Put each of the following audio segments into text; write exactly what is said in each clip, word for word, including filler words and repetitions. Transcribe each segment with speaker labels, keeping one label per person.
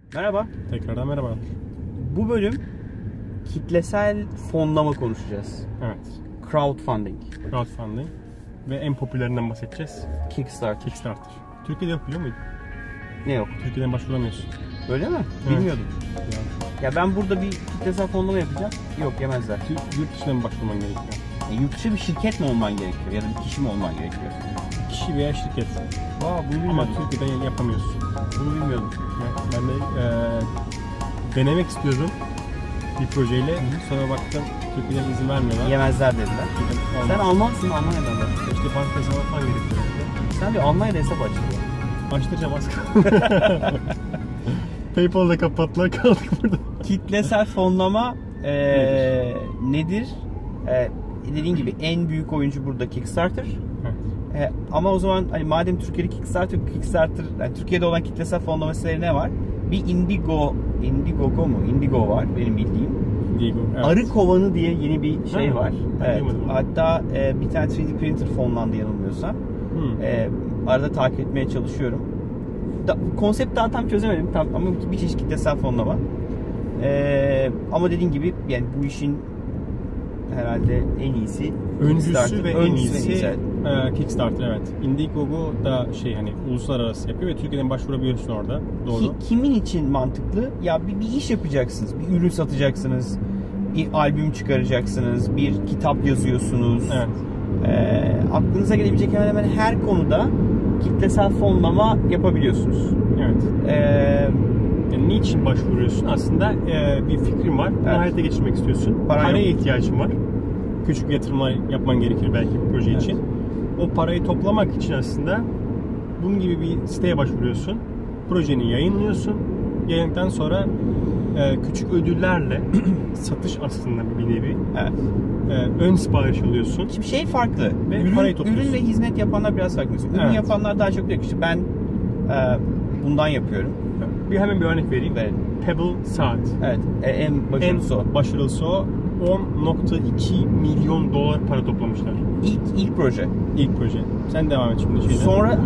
Speaker 1: Merhaba.
Speaker 2: Tekrardan merhaba.
Speaker 1: Bu bölüm kitlesel fonlama konuşacağız.
Speaker 2: Evet.
Speaker 1: Crowdfunding.
Speaker 2: Crowdfunding. Ve en popülerinden bahsedeceğiz.
Speaker 1: Kickstarter.
Speaker 2: Kickstarter. Türkiye'de yok biliyor muydun?
Speaker 1: Ne yok?
Speaker 2: Türkiye'den başvuramıyorsun.
Speaker 1: Öyle mi?
Speaker 2: Evet.
Speaker 1: Bilmiyordum.
Speaker 2: Ya.
Speaker 1: Ya ben burada bir kitlesel fonlama yapacağım. Yok, yemezler.
Speaker 2: Yurt dışına mı başvurman gerekiyor?
Speaker 1: E, yurt dışı bir şirket mi olman gerekiyor ya da bir kişi mi olman gerekiyor?
Speaker 2: Kişi veya şirket.
Speaker 1: Aa, bunu bilmiyordum.
Speaker 2: Ama Türkiye'den yapamıyorsun.
Speaker 1: Bunu bilmiyordum.
Speaker 2: Ben de e, denemek istiyordum bir projeyle. Hı-hı. Sonra baktım Türkiye'den izin vermiyorlar.
Speaker 1: Yemezler dediler. Sen Almansın, Almanya'dan da.
Speaker 2: İşte banka hesabı falan gerekiyor.
Speaker 1: Sen bir Almanya'da hesap açtın.
Speaker 2: Açtıracağım az kaldı. PayPal'da kapattılar, kaldık burada.
Speaker 1: Kitlesel fonlama e, nedir? E, dediğin gibi en büyük oyuncu burada Kickstarter. E, ama o zaman hani madem Türkiye'de Kickstarter, Kickstarter yani Türkiye'de olan kitlesel fonlama siteleri ne var? Bir Indigo, Indiegogo mu? Indigo var benim bildiğim.
Speaker 2: Indigo, evet.
Speaker 1: Arı Kovanı diye yeni bir şey ha, var. Evet. Hatta e, bir tane üç D printer fonlandı yanılmıyorsam. Hmm. E, arada takip etmeye çalışıyorum. Da, konsept daha tam çözemedim tam, ama bir çeşit kitlesel fonlama. E, ama dediğin gibi yani bu işin herhalde en iyisi
Speaker 2: öncüsü ve en iyisi
Speaker 1: e,
Speaker 2: Kickstarter, evet. Indiegogo da şey hani uluslararası yapıyor ve Türkiye'den başvurabiliyorsun orada. Doğru.
Speaker 1: Ki, kimin için mantıklı? Ya bir, bir iş yapacaksınız, bir ürün satacaksınız, bir albüm çıkaracaksınız, bir kitap yazıyorsunuz.
Speaker 2: Evet.
Speaker 1: E, aklınıza gelebilecek hemen hemen her konuda kitlesel fonlama yapabiliyorsunuz.
Speaker 2: Evet.
Speaker 1: E,
Speaker 2: yani niçin başvuruyorsun? Aslında e, bir fikrin var. Bunu evet. hayata geçirmek istiyorsun. Para Paraya yok. ihtiyacın var. Küçük yatırımlar yapman gerekir belki bu proje evet. için. O parayı toplamak için aslında bunun gibi bir siteye başvuruyorsun. Projeni yayınlıyorsun. Yayınladıktan sonra e, küçük ödüllerle satış aslında bir nevi.
Speaker 1: Evet.
Speaker 2: E, ön sipariş alıyorsun.
Speaker 1: Şimdi şey farklı.
Speaker 2: Ve
Speaker 1: ürün,
Speaker 2: parayı topluyorsun.
Speaker 1: Ürün ve hizmet yapanlar biraz farklı. Ürün evet. yapanlar daha çok diyor ki işte ben e, bundan yapıyorum.
Speaker 2: Bir hemen bir örnek vereyim.
Speaker 1: Evet.
Speaker 2: Pebble saat.
Speaker 1: Evet. E, en başarılısı o.
Speaker 2: En başarılısı o. on nokta iki milyon dolar para toplamışlar.
Speaker 1: İlk ilk proje.
Speaker 2: İlk proje. Sen devam et şimdi şeyden.
Speaker 1: Sonra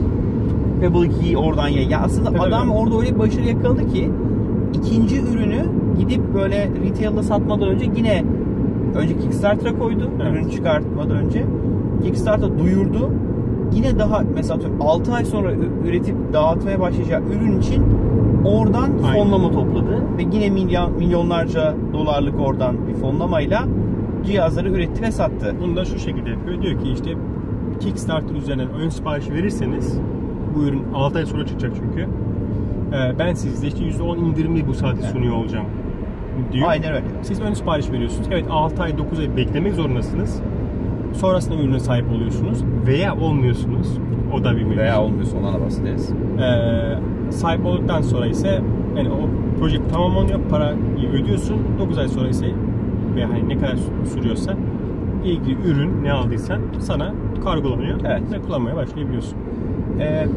Speaker 1: Pebble ikiyi oradan ye. Ya aslında evet, adam evet. orada öyle bir başarı yakaladı ki ikinci ürünü gidip böyle retail'da satmadan önce yine önce Kickstarter'a koydu. Evet. Ürünü çıkartmadan önce. Kickstarter'a duyurdu. Yine daha mesela altı ay sonra üretip dağıtmaya başlayacağı ürün için oradan Aynen. fonlama topladı ve yine milyon, milyonlarca dolarlık oradan bir fonlamayla cihazları üretti ve sattı.
Speaker 2: Bunu da şu şekilde yapıyor. Diyor ki işte Kickstarter üzerinden ön sipariş verirseniz bu ürün altı ay sonra çıkacak çünkü. Ben size işte yüzde on indirimli bu saati evet. sunuyor olacağım diyor.
Speaker 1: Aynen öyle.
Speaker 2: Siz ön sipariş veriyorsunuz. Evet altı ay dokuz ay beklemek zorundasınız. Sonrasında ürüne sahip oluyorsunuz veya olmuyorsunuz. O da bir mevzu.
Speaker 1: Veya olmuyorsa ondan da bahsederiz.
Speaker 2: Ee, sahip olduktan sonra ise yani o proje tamamlanıyor, parayı ödüyorsun. dokuz ay sonra ise veya hani ne kadar sürüyorsa ilgili ürün ne aldıysan sana kargolanıyor
Speaker 1: evet.
Speaker 2: ve kullanmaya başlayabiliyorsun.
Speaker 1: Ee,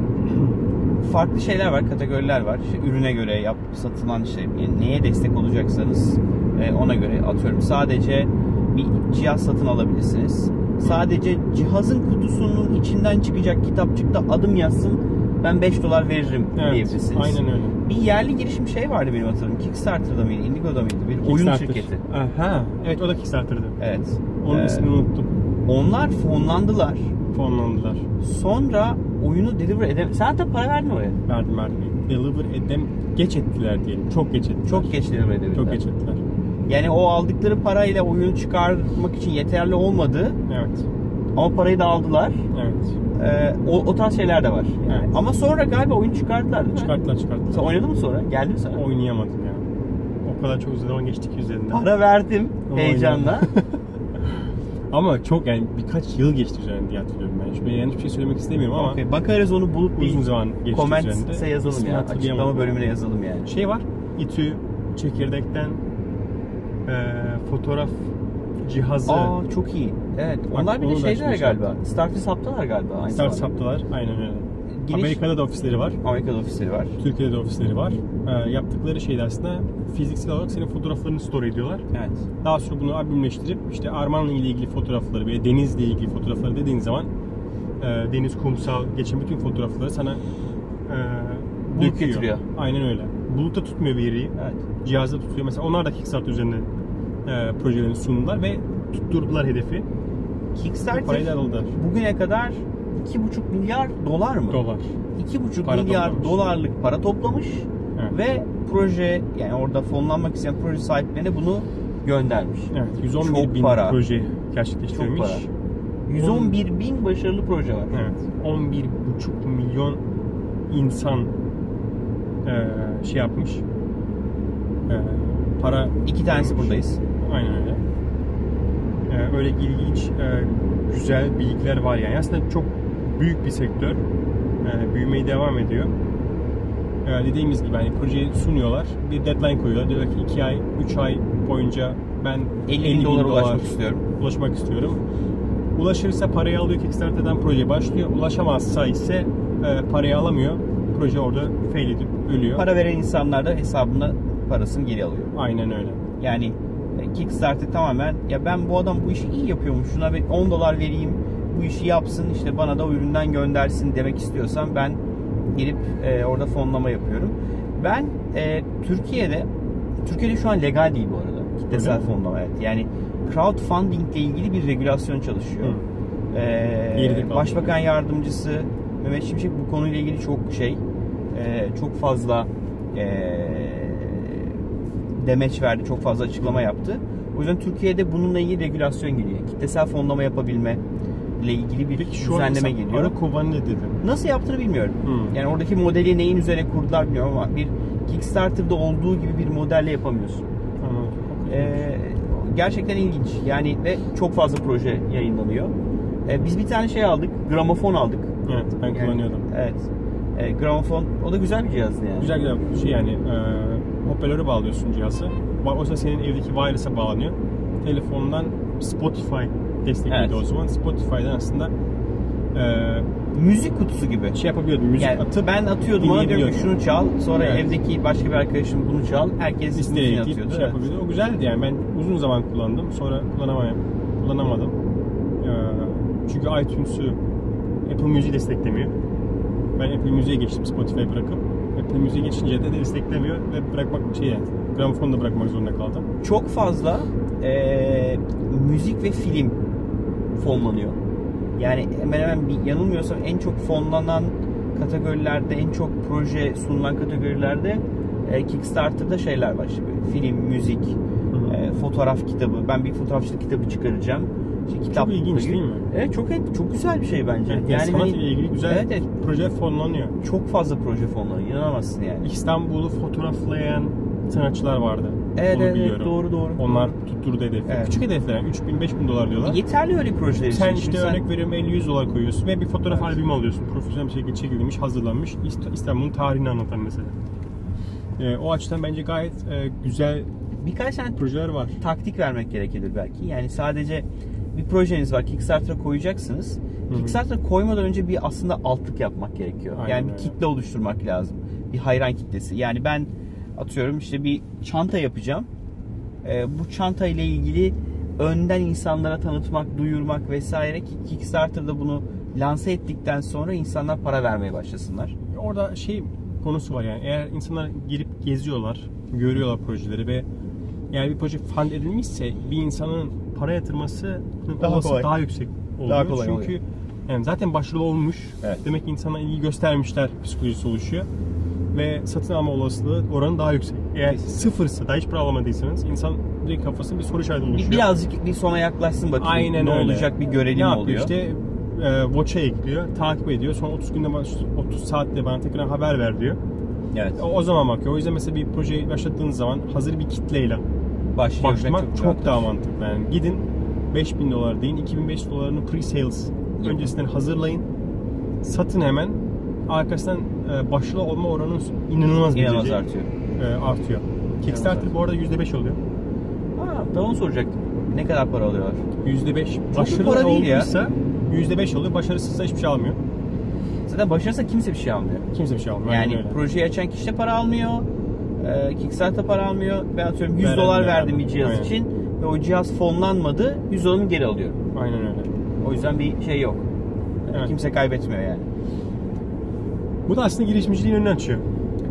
Speaker 1: farklı şeyler var, kategoriler var. İşte ürüne göre yap, satılan şey, yani neye destek olacaksanız e, ona göre atıyorum. Sadece bir cihaz satın alabilirsiniz. Sadece cihazın kutusunun içinden çıkacak kitapçıkta adım yazsın, ben beş dolar veririm evet, diyebilirsiniz.
Speaker 2: Aynen öyle.
Speaker 1: Bir yerli girişim şey vardı benim hatırladığım. Kickstarter'da mıydı, Indiego'da mıydı? Bir oyun şirketi.
Speaker 2: Aha. Evet, o da Kickstarter'dı.
Speaker 1: Evet.
Speaker 2: Onun ee, ismini unuttum.
Speaker 1: Onlar fonlandılar.
Speaker 2: Fonlandılar.
Speaker 1: Sonra oyunu deliver edem. Sen hatta para verdin oraya.
Speaker 2: Verdim verdim. Deliver edem geç ettiler diyelim. Çok geç ettiler.
Speaker 1: Çok geç deliver edebildiler.
Speaker 2: Çok geç ettiler.
Speaker 1: Yani o aldıkları parayla oyunu çıkarmak için yeterli olmadı.
Speaker 2: Evet.
Speaker 1: Ama parayı da aldılar.
Speaker 2: Evet.
Speaker 1: Ee, o, o tarz şeyler de var. Yani. Evet. Ama sonra galiba oyunu çıkarttılar değil mi?
Speaker 2: Çıkarttılar çıkarttılar.
Speaker 1: Sen oynadın mı sonra? Geldi mi sana?
Speaker 2: Oynayamadım ya. O kadar çok zaman geçti ki üzerinden.
Speaker 1: Para verdim heyecanla.
Speaker 2: Ama çok yani birkaç yıl geçti üzerinden diye hatırlıyorum ben. Şimdi yanlış bir şey söylemek istemiyorum ama.
Speaker 1: Okay, bakarız onu bulup
Speaker 2: uzun zaman geçti üzerinde.
Speaker 1: Komentse yazalım ya. Açıklama bölümüne yazalım yani.
Speaker 2: Şey var. İTÜ çekirdekten e, fotoğraf cihazı.
Speaker 1: Aa çok iyi. Evet. Bak, onlar bir de şeyler galiba. Starfish Hub'talar galiba.
Speaker 2: Starfish Hub'talar. Aynen öyle. Giriş, Amerika'da da ofisleri var.
Speaker 1: Amerika'da ofisleri var.
Speaker 2: Türkiye'de de ofisleri var. E, yaptıkları şey de aslında fiziksel olarak senin fotoğraflarını store ediyorlar.
Speaker 1: Evet.
Speaker 2: Daha sonra bunu albümleştirip işte Arman'la ilgili fotoğrafları veya denizle ilgili fotoğrafları dediğin zaman e, deniz, kumsal geçen bütün fotoğrafları sana e,
Speaker 1: bulup getiriyor.
Speaker 2: Aynen öyle. bulutta tutmuyor veriyi.
Speaker 1: Evet.
Speaker 2: Cihazda tutuyor. Mesela onlar da Kickstarter üzerinden e, projelerini sundular ve tutturdular hedefi.
Speaker 1: Kickstarter bugüne kadar iki buçuk milyar dolar mı?
Speaker 2: Dolar.
Speaker 1: iki buçuk milyar toplamış. Dolarlık para toplamış. Evet. Ve proje, yani orada fonlanmak isteyen proje sahiplerine bunu göndermiş.
Speaker 2: Evet, yüz on bir bin para. Proje gerçekleştirmiş.
Speaker 1: Çok para. yüz on bir bin başarılı proje var.
Speaker 2: Evet. on bir buçuk milyon insan e, şey yapmış. E, para
Speaker 1: İki tanesi vermiş. Buradayız.
Speaker 2: Aynen öyle. E, öyle ilginç, e, güzel bilgiler var yani. Aslında çok büyük bir sektör. E, büyümeye devam ediyor. E, dediğimiz gibi hani projeyi sunuyorlar. Bir deadline koyuyorlar. Diyorlar ki iki ay, üç ay boyunca ben
Speaker 1: elli bin dolara ulaşmak istiyorum.
Speaker 2: Ulaşmak istiyorum. Ulaşırsa parayı alıyor, Kickstarter'dan proje başlıyor. Ulaşamazsa ise e, parayı alamıyor. Proje orada fail edip ölüyor.
Speaker 1: Para veren insanlar da hesabına parasını geri alıyor.
Speaker 2: Aynen öyle.
Speaker 1: Yani Kickstarter tamamen ya ben bu adam bu işi iyi yapıyormuş, şuna bir on dolar vereyim, bu işi yapsın, işte bana da o üründen göndersin demek istiyorsam ben gelip e, orada fonlama yapıyorum. Ben e, Türkiye'de Türkiye'de şu an legal değil bu arada kitlesel fonlama. Evet. Yani crowdfunding ile ilgili bir regülasyon çalışıyor. Ee, Başbakan Yardımcısı Mehmet Şimşek bu konuyla ilgili çok şey e, çok fazla e, demeç verdi, çok fazla açıklama yaptı. O yüzden Türkiye'de bununla ilgili regülasyon geliyor. Kitlesel fonlama yapabilme ile ilgili bir Peki, düzenleme geliyor.
Speaker 2: Ara kovan ne dedi?
Speaker 1: Nasıl yaptığını bilmiyorum. Hmm. Yani oradaki modeli neyin üzerine kurdular bilmiyorum ama bir Kickstarter'da olduğu gibi bir modelle yapamıyorsun.
Speaker 2: Tamam.
Speaker 1: Ee, gerçekten ilginç. Yani ve çok fazla proje yayınlanıyor. Ee, biz bir tane şey aldık, gramofon aldık.
Speaker 2: Evet, ben yani, kullanıyordum.
Speaker 1: Evet. E, gramofon, o da güzel bir cihazdı yani.
Speaker 2: Güzel güzel. Şey yani, e, hoparlöre bağlıyorsun cihazı. Oysa senin evdeki wireless'a bağlanıyor. Telefondan Spotify destekliydi evet. O zaman. Spotify'dan aslında e,
Speaker 1: müzik kutusu gibi
Speaker 2: şey yapabiliyordum. Müzik
Speaker 1: yani
Speaker 2: atıp
Speaker 1: ben atıyordum ona diyorum ki şunu çal. Sonra evet. Evdeki başka bir arkadaşım bunu çal. Herkes
Speaker 2: istediğini atıyordu. Şey evet. O güzeldi yani. Ben uzun zaman kullandım. Sonra kullanamadım. Kullanamadım. E, çünkü iTunes'u Apple Music'i desteklemiyor. Ben Apple Music'e geçtim Spotify'ı bırakıp. Apple Music'e geçince de desteklemiyor ve bırakmak şey yani. Gramofonu da bırakmak zorunda kaldım.
Speaker 1: Çok fazla e, müzik ve film fonlanıyor. Yani hemen hemen bir yanılmıyorsam en çok fonlanan kategorilerde, en çok proje sunulan kategorilerde e, Kickstarter'da şeyler var. İşte film, müzik, e, fotoğraf kitabı. Ben bir fotoğrafçılık kitabı çıkaracağım. İşte kitap
Speaker 2: çok ilginç değil mi?
Speaker 1: Evet, çok çok güzel bir şey bence.
Speaker 2: Evet, yani sanat ile ilgili güzel evet, evet. proje fonlanıyor.
Speaker 1: Çok fazla proje fonlanıyor. İnanamazsın yani.
Speaker 2: İstanbul'u fotoğraflayan sanatçılar vardı.
Speaker 1: Evet,
Speaker 2: onu
Speaker 1: evet
Speaker 2: biliyorum.
Speaker 1: Doğru doğru.
Speaker 2: Onlar tutturdu hedefi. Evet. Küçük hedefler yani üç bin beş bin dolar diyorlar.
Speaker 1: Yeterli öyle projeler için.
Speaker 2: Sen işte örnek sen... veriyorum elli yüz dolar koyuyorsun ve bir fotoğraf evet. albümü alıyorsun. Profesyonel bir şekilde çekilmiş, hazırlanmış. İstanbul'un tarihini anlatan mesela. Ee, o açıdan bence gayet e, güzel
Speaker 1: birkaç tane
Speaker 2: projeler var.
Speaker 1: Taktik vermek gerekiyor belki. Yani sadece bir projeniz var, Kickstarter'a koyacaksınız. Hı-hı. Kickstarter'a koymadan önce bir aslında altlık yapmak gerekiyor. Aynen yani bir öyle. Kitle oluşturmak lazım. Bir hayran kitlesi. Yani ben atıyorum işte bir çanta yapacağım. Ee, bu çanta ile ilgili önden insanlara tanıtmak, duyurmak vesaire ki Kickstarter'da bunu lanse ettikten sonra insanlar para vermeye başlasınlar.
Speaker 2: Orada şey konusu var yani eğer insanlar girip geziyorlar, görüyorlar projeleri ve eğer bir proje fund edilmişse bir insanın para yatırması
Speaker 1: daha, kolay.
Speaker 2: daha yüksek oluyor.
Speaker 1: Daha kolay
Speaker 2: Çünkü
Speaker 1: oluyor.
Speaker 2: Yani zaten başarılı olmuş. Evet. Demek ki insana ilgi göstermişler psikolojisi oluşuyor. Ve satın alma olasılığı oranı daha yüksek. Eğer Kesinlikle. sıfırsa, daha hiç para alamadıysanız insan direkt kafasında bir soru işareti oluşuyor.
Speaker 1: Birazcık bir sona yaklaşsın bakayım. Aynen ne öyle. Olacak bir görelim ne oluyor.
Speaker 2: İşte e, watch'a ekliyor, takip ediyor. Sonra otuz günde otuz saatte bana tekrar haber ver diyor.
Speaker 1: Evet.
Speaker 2: O, o zaman bakıyor. O yüzden mesela bir projeyi başlattığınız zaman hazır bir kitleyle
Speaker 1: Başlıyor,
Speaker 2: başlamak
Speaker 1: çok,
Speaker 2: çok daha mantıklı. Yani gidin beş bin dolar deyin, iki bin beş yüz dolarını pre-sales Yap. öncesinden hazırlayın. Satın hemen. Arkasından e, başarılı olma oranı inanılmaz bir
Speaker 1: derece artıyor.
Speaker 2: E, artıyor. Kickstarter bu arada yüzde beş oluyor.
Speaker 1: Ha, ben onu soracaktım. Ne kadar para alıyorlar?
Speaker 2: yüzde beş. Başarılı olduysa yüzde beş oluyor. Başarısızsa hiçbir şey almıyor.
Speaker 1: Zaten başarısızsa kimse bir şey almıyor.
Speaker 2: Kimse bir şey almıyor.
Speaker 1: Yani projeyi açan kişi de para almıyor. E, Kickstarter para almıyor. Ben atıyorum yüz dolar verdim bir cihaz Aynen. için ve o cihaz fonlanmadı. yüz dolarını geri alıyorum.
Speaker 2: Aynen öyle.
Speaker 1: O yüzden bir şey yok. Yani evet. Kimse kaybetmiyor yani.
Speaker 2: Bu da aslında girişimciliğin önünü açıyor.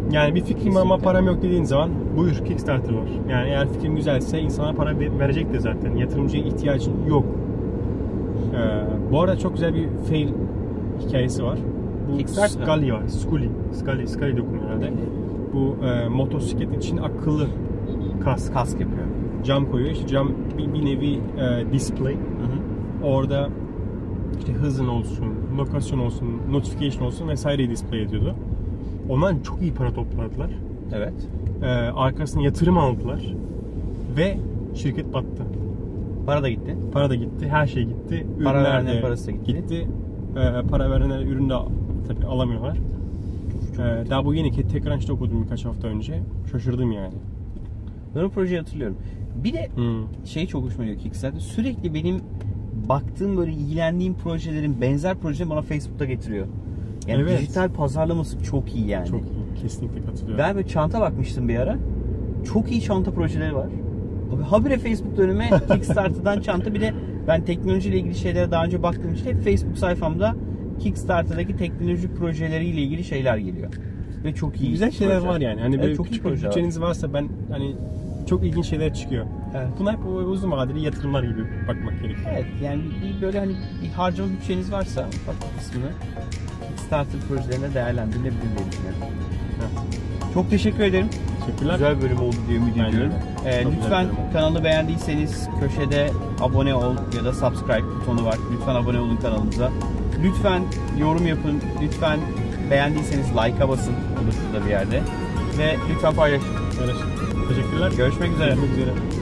Speaker 2: Yani bir fikrim var ama param yok dediğin zaman buyur Kickstarter var. Yani eğer fikrin güzelse insana para verecek de zaten. Yatırımcıya ihtiyacın yok. Ee, bu arada çok güzel bir fail hikayesi var. Bu Scully var. Scully. Scully. Scully dokunuyor herhalde. Bu e, motosiklet için akıllı kask.
Speaker 1: Kask yapıyor.
Speaker 2: Cam koyuyor. İşte cam bir, bir nevi e, display. Hı hı. Orada işte hızın olsun, lokasyon olsun, notification olsun vesaireyi display ediyordu. Ondan çok iyi para topladılar.
Speaker 1: Evet.
Speaker 2: Ee, arkasına yatırım aldılar ve şirket battı.
Speaker 1: Para da gitti.
Speaker 2: Para da gitti. Her şey gitti.
Speaker 1: Para verenlerin parası da gitti.
Speaker 2: gitti. Ee, para verenler ürünü de tabii alamıyorlar. Ee, daha bu yeni ki TechCrunch'ta okudum birkaç hafta önce. Şaşırdım yani.
Speaker 1: Ben o projeyi hatırlıyorum. Bir de hmm. şey çok hoşuma gidiyor Kickstarter. Sürekli benim baktığım böyle ilgilendiğim projelerin benzer projelerini bana Facebook'ta getiriyor. Yani evet. Dijital pazarlaması çok iyi yani.
Speaker 2: Çok iyi. Kesinlikle katılıyorum.
Speaker 1: Ben böyle çanta bakmıştım bir ara. Çok iyi çanta projeleri var. Habire Facebook'ta önüme Kickstarter'dan çanta. Bir de ben teknolojiyle ilgili şeylere daha önce baktığım için hep Facebook sayfamda Kickstarter'daki teknoloji projeleriyle ilgili şeyler geliyor. Ve çok iyi.
Speaker 2: Güzel şeyler proje. Var yani. Hani evet, böyle
Speaker 1: çok
Speaker 2: küçük bir bütçeniz varsa ben hani çok ilginç şeyler çıkıyor. Evet. Bunlar hep uzun vadeli yatırımlar gibi bakmak gerekiyor.
Speaker 1: Evet yani bir böyle hani bir harcama bütçeniz varsa ufak bir kısmını Kickstarter projelerine değerlendirilebilir diye düşünüyorum. Evet. Çok teşekkür ederim.
Speaker 2: Teşekkürler.
Speaker 1: Güzel bölüm oldu diye ümit ediyorum. Ee, lütfen kanalı beğendiyseniz köşede abone ol ya da subscribe butonu var. Lütfen abone olun kanalımıza. Lütfen yorum yapın. Lütfen beğendiyseniz like'a basın. O da şurada bir yerde. Ve lütfen paylaşın.
Speaker 2: Paylaşın. Teşekkürler.
Speaker 1: Görüşmek üzere.
Speaker 2: Görüşmek üzere.